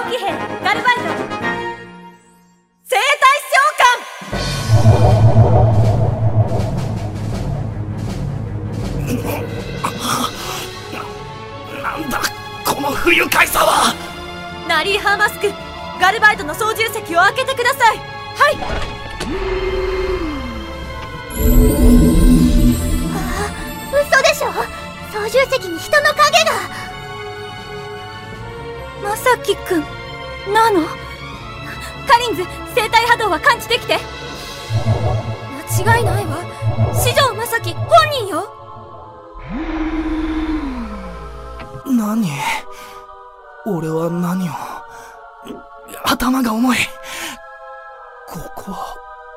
騎兵ガルバイド生体召喚。 なんだこの不愉快さは。 ナリーハーマスク、ガルバイドの操縦席を開けてください。はい。 嘘でしょ。操縦席に人の影が。 まさきくんなの？カリンズ、生体波動は感知できて。間違いないわ。四条まさき本人よ。 何？俺は何を。頭が重い。ここは。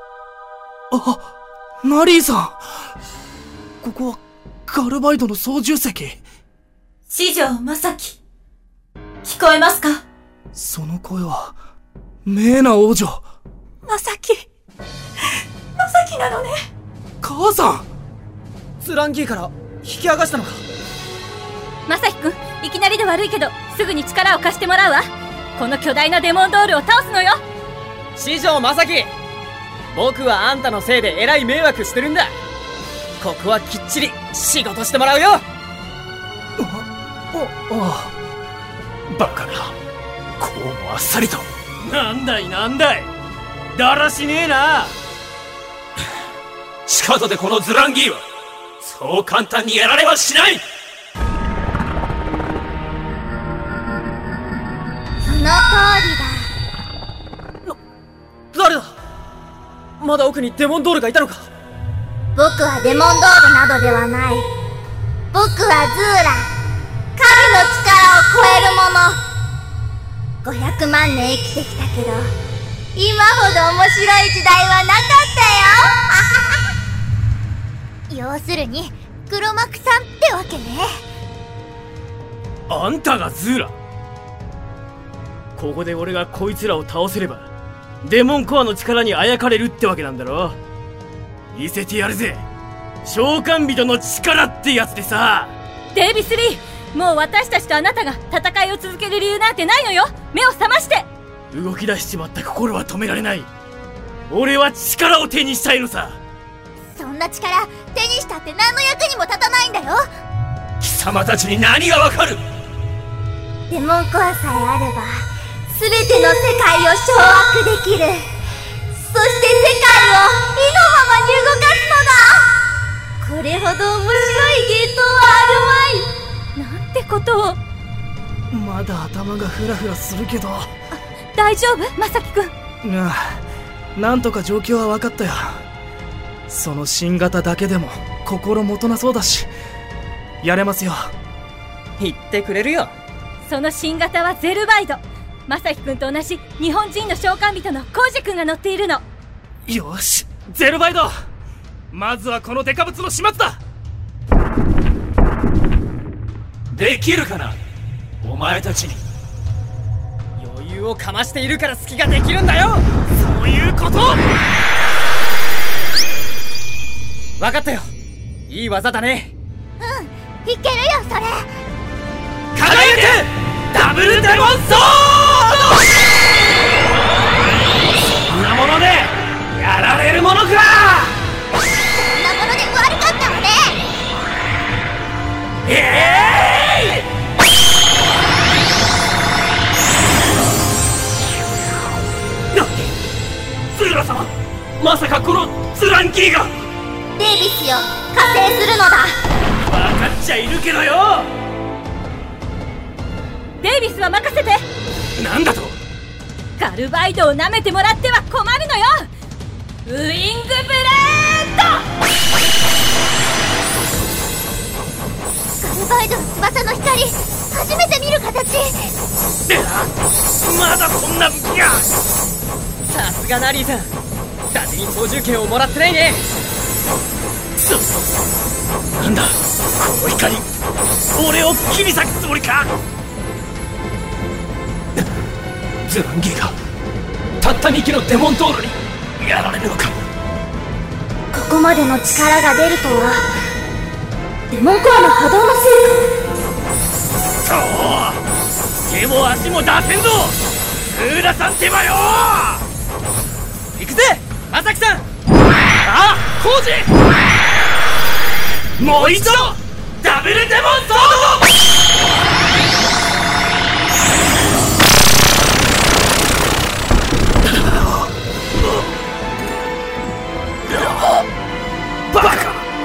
あ、ナリーさん。ここはガルバイドの操縦席。 四条まさき、聞こえますか？ その声はメーナ王女。 まさきなのね。 母さん。 ズランギーから引き上がしたのか。 まさきくん、いきなりで悪いけどすぐに力を貸してもらうわ。この巨大なデモンドールを倒すのよ。 四条まさき、僕はあんたのせいでえらい迷惑してるんだ。ここはきっちり仕事してもらうよ。 バカな。こうもあっさりと。 なんだいだらしねえな。 仕方でこのズランギーはそう簡単にやられはしない。 その通りだ。 誰だ。まだ奥にデモンドールがいたのか。 僕はデモンドールなどではない。僕はズーラ、神の力を超えるもの。500万年生きてきたけど、今ほど面白い時代はなかったよ。要するに黒幕さんってわけね。 あんたがズーラ。ここで俺がこいつらを倒せればデモンコアの力にあやかれるってわけなんだろ。見せてやるぜ、召喚人の力ってやつでさ。 デイビス・リー、もう私たちとあなたが戦いを続ける理由なんてないのよ。目を覚まして。 動き出しちまった心は止められない。俺は力を手にしたいのさ。 そんな力手にしたって何の役にも立たないんだよ。 貴様たちに何がわかる。 デモンコアさえあれば全ての世界を掌握できる。そして世界を意のままに動かすのだ。これほど面白いゲートはあるまい。 なんてことを。 まだ頭がフラフラするけど。 大丈夫まさきくん。 ああ、なんとか状況は分かったよ。その新型だけでも心もとなそうだし、やれますよ。 言ってくれるよ。 その新型はゼルバイド。まさきくんと同じ日本人の召喚人のコウジくんが乗っているの。 よし、ゼルバイド、まずはこのデカブツの始末だ。できるかな、お前たちに。 余裕をかましているから隙ができるんだよ。 そういうこと。 分かったよ。いい技だね。 いけるよそれ。 輝けダブルデモンソード。そんなものでやられるものか。 そんなもので悪かったわね。 ズーラ様、まさかこのズランキーが。 デイビスよ、加勢するのだ。 分かっちゃいるけどよ。 デイビスは任せて。 なんだと。 ガルバイドを舐めてもらっては困るのよ。ウイングブレード。 ガルバイドの翼の光、初めて見る形。 まだそんな武器が。 さすがナリーさん、伊達に操縦権をもらってないね。 なんだこの光、俺を切り裂くつもりか。ズランギーがたった2機のデモンドールにやられるのか。 ここまでの力が出るとはデモンコアの波動のせいか。 そう、手も足も出せんぞ。 浦さんってばよ。 行くぜまさきさん。 あ、コウジ、もう一度ダブルデモンソード。バカ。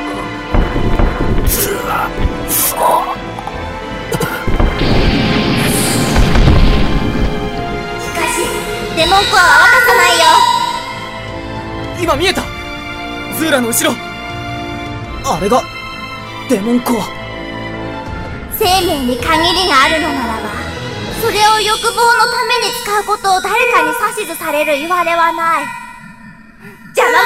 デモンコアは渡さないよ。 今見えた、ズーラの後ろ。あれがデモンコア。 生命に限りがあるのならば、それを欲望のために使うことを誰かに指図される言われはない。邪魔者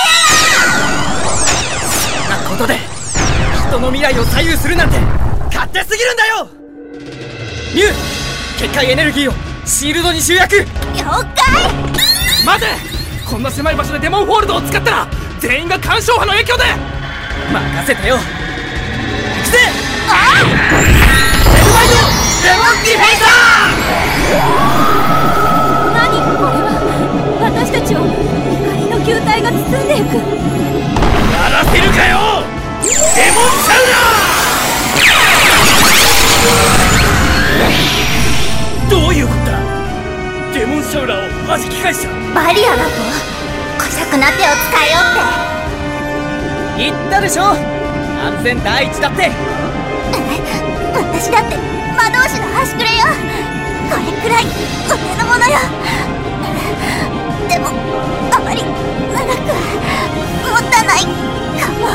そんなことで人の未来を左右するなんて勝手すぎるんだよ。ミュウ、結界エネルギーをシールドに集約。 了解。 待て、こんな狭い場所でデモンホールドを使ったら全員が干渉波の影響で。 任せてよ。行くぜ。 あデブマイドデモンディフェイサー。 何これは。私たちを光の球体が包んでいく。 やらせるかよデモンサウラー。どういうことだ。デモンシャウラーを弾き返した。 バリアだと小尺な手を使えよって言ったでしょ、安全第一だって。 私だって魔導士の端くれよ。これくらいお手のものよ。でもあまり長くは持たないかも。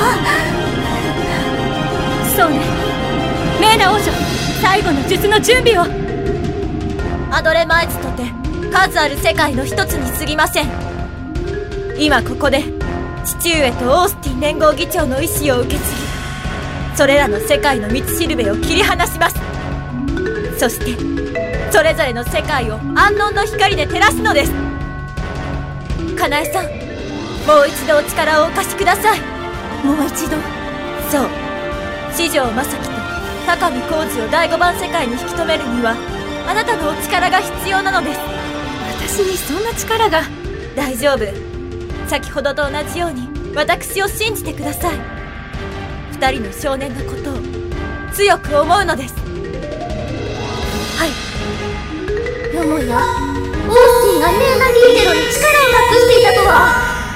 そうね、メーナ王女、最後の術の準備を。アドレマイツとて数ある世界の一つに過ぎません。今ここで父上とオースティン連合議長の意志を受け継ぎ、それらの世界の道しるべを切り離します。そしてそれぞれの世界を安穏の光で照らすのです。かなえさん、もう一度お力をお貸しください。もう一度。そう、四条正樹と高見浩二を第5番世界に引き止めるにはあなたのお力が必要なのです。私にそんな力が。大丈夫、先ほどと同じように私を信じてください。二人の少年のことを強く思うのです。はい。 よもやオースティンがネーナ・リーゼロに力を託していたとは。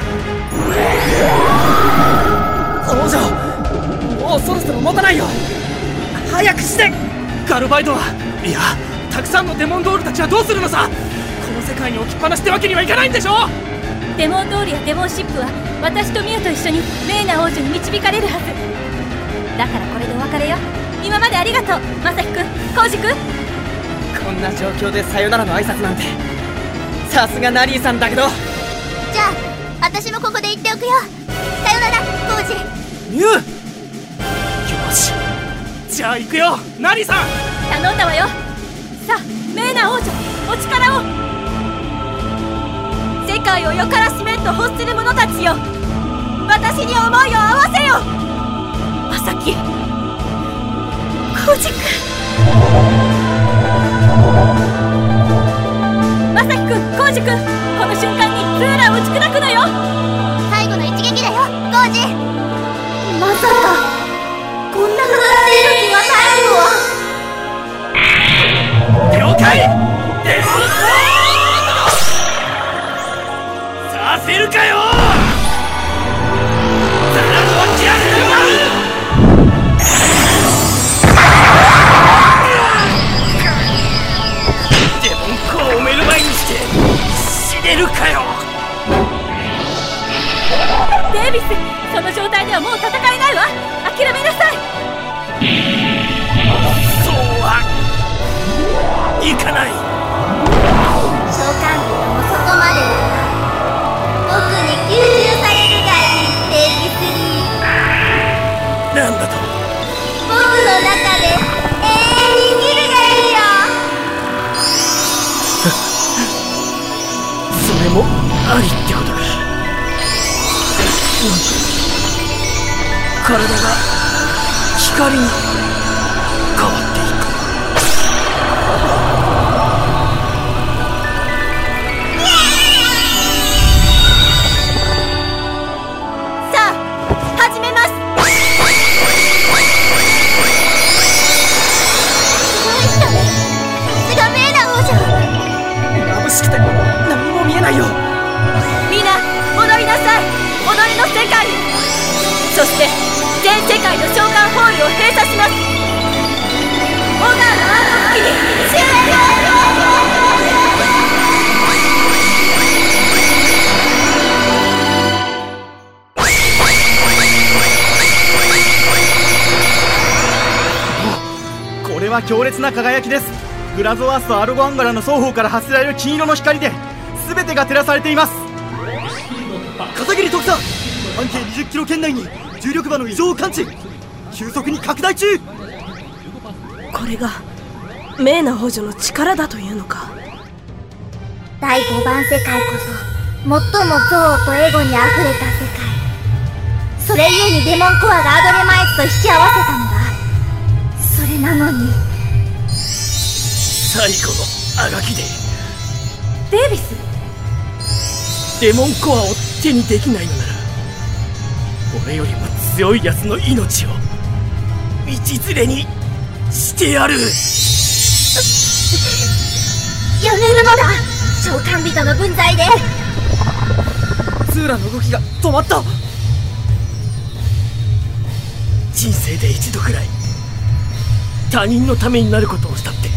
王女、もうそろそろ持たないよ。早くして。 ガルバイドは、いやたくさんのデモンドールたちはどうするのさ。この世界に置きっぱなしってわけにはいかないんでしょ。 デモンドールやデモンシップは私とミュウと一緒にメーナ王女に導かれるはずだから、これでお別れよ。今までありがとう、まさきくん、コウジくん。 こんな状況でさよならの挨拶なんて、さすがナリーさんだけど。 じゃあ私もここで言っておくよ。さよならコウジ。 ミュウ、よし、じゃあ行くよナリさん。 頼んだわよ。さあメーナ王女、お力を。世界をよからしめんと欲する者たちよ、私に思いを合わせよ。まさき、コウジくん、まさきくん、コウジくん、この瞬間にズーラを打ち砕くのよ。 最後の一撃だよコウジ。まさかこんなかかっている気がないのは。 了解。デモンソードさせるかよ。ザラゴキャスデモンコアを目の前にして死ねるかよ。 デイビス、その状態ではもう戦えないわ。諦めなさい。 そうはいかない。 召喚部もそこまでだな。僕に吸収されるがいいデイビスリー。 なんだと。 僕の中で永遠に生きるがいいよ。 それもありってことか。体が光に変わっていく。 しくて何も見えないよ。 みんな戻りなさい。踊りの世界に。そして全世界の召喚ホールを閉鎖します。オガーの暗黒期に終了。 これは強烈な輝きです。グラゾワースとアルゴアンガラの双方から発せられる金色の光で全てが照らされています。 片桐特佐、半径20キロ圏内に重力場の異常を感知、急速に拡大中。 これがメーナ王女の力だというのか。 第5番世界こそ最も憎悪とエゴにあふれた世界。それゆえにデモンコアがアドレマイツと引き合わせたのだ。それなのに最後のあがきでデイビス、 デモンコアを手にできないのなら俺よりも強い奴の命を道連れにしてやる。 やめるのだ、召喚人の分際で。 ズーラの動きが止まった。 人生で一度くらい他人のためになることをしたって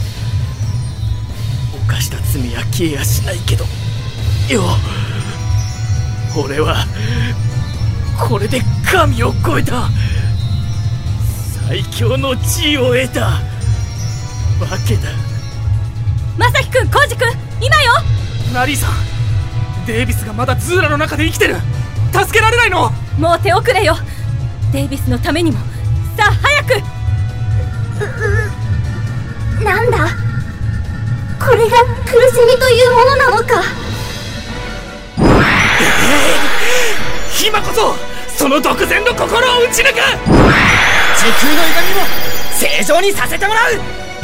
犯した罪は消えやしないけどよ、俺はこれで神を超えた最強の地位を得たわけだ。 まさきくん、コウジくん、今よ。 ナリーさん、デイビスがまだズーラの中で生きてる。助けられないの？ もう手遅れよ。デイビスのためにも、さあ早く。 なんだ、これが苦しみというものなのか。 今こそその独善の心を打ち抜く。時空の歪みも正常にさせてもらう。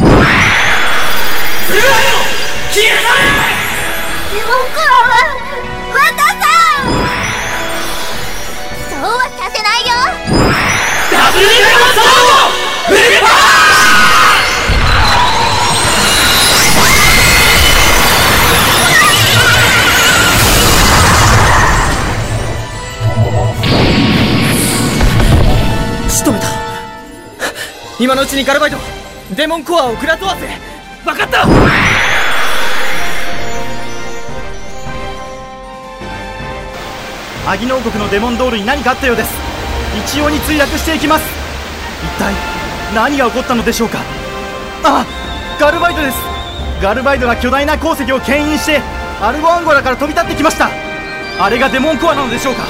ズーラよ、消えなさい。 デモンコアは渡さん。そうはさせないよ。 ダブルデモンソードフルパワー。仕留めた。今のうちにガルバイト、デモンコアをグラトワースへ。 分かった。 アギノ王国のデモンドールに何かあったようです。一様に墜落していきます。一体何が起こったのでしょうか。あ、ガルバイドです。ガルバイドが巨大な鉱石を牽引してアルゴアンゴラから飛び立ってきました。あれがデモンコアなのでしょうか。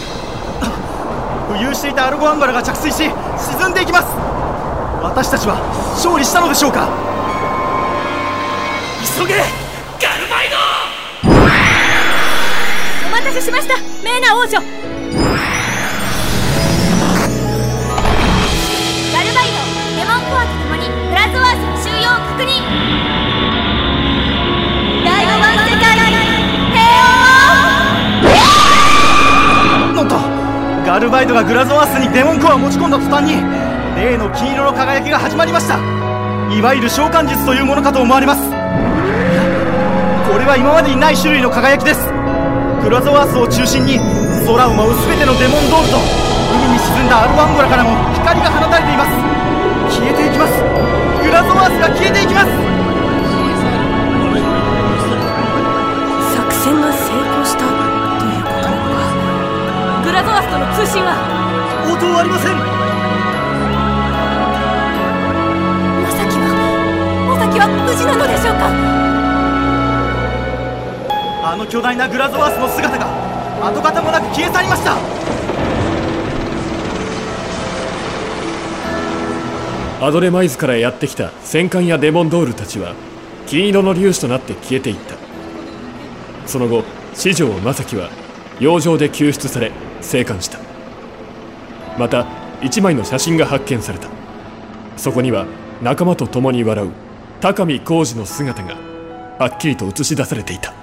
浮遊していたアルゴアンゴラが着水し沈んでいきます。私たちは勝利したのでしょうか。 急げ、ガルバイド。 お待たせしました、メーナ王女。ガルバイド、デモンコアと共にグラゾワースの収容を確認。第5番世界平なんとガルバイドがグラゾワースにデモンコアを持ち込んだ途端に例の金色の輝きが始まりました。いわゆる召喚術というものかと思われます。これは今までにない種類の輝きです。グラゾワースを中心に空を舞う全てのデモンドールと海に沈んだアルゴアンゴラからも光が放たれています。消えていきます。グラゾワースが消えていきます。 作戦が成功したということなのか。 グラゾワースとの通信は応答ありません。 まさきは無事なのでしょうか。 あの巨大なグラゾワースの姿が跡形もなく消え去りました。 アドレマイズからやってきた戦艦やデモンドールたちは金色の粒子となって消えていった。その後四条正樹は洋上で救出され生還した。また一枚の写真が発見された。そこには仲間と共に笑う高見浩二の姿がはっきりと映し出されていた。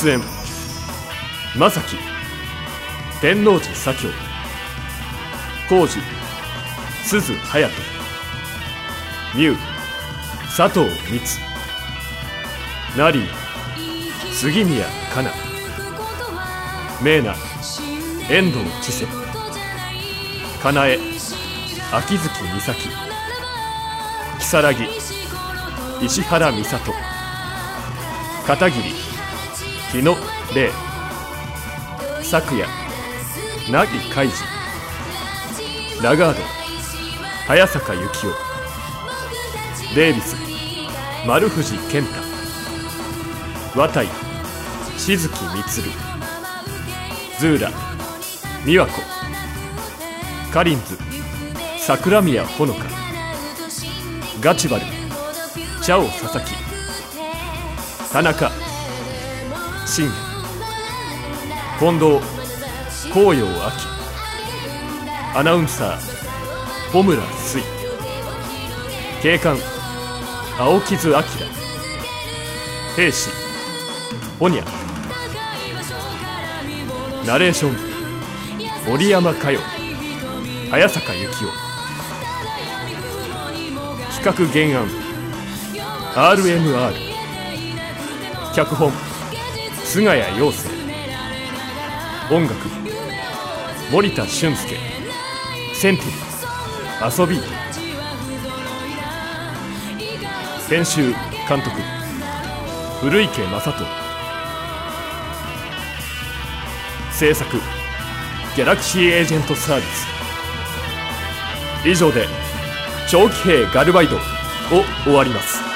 出演正樹、天王寺左京、浩二、鈴隼人、ミュウ、佐藤光、ナリー、杉宮かな、メイナ、遠藤千世、かなえ、秋月美咲、如月、石原美里、片桐、日野玲、昨夜、凪海二、ラガード、早坂幸男、デイビス、丸藤健太、綿井、静木充、ズーラ、美和子、カリンズ、桜宮ほのか、ガチバル、チャオ佐々木、田中、深夜、近藤、紅葉秋、アナウンサー穂村水、警官青木津明、兵士ホニャ、ナレーション森山佳代、早坂幸男、企画原案 RMR、 脚本菅谷陽生、音楽森田俊介、センティル、遊びート、編集監督古池正人、制作ギャラクシーエージェントサービス。以上で長期兵ガルバイドを終わります。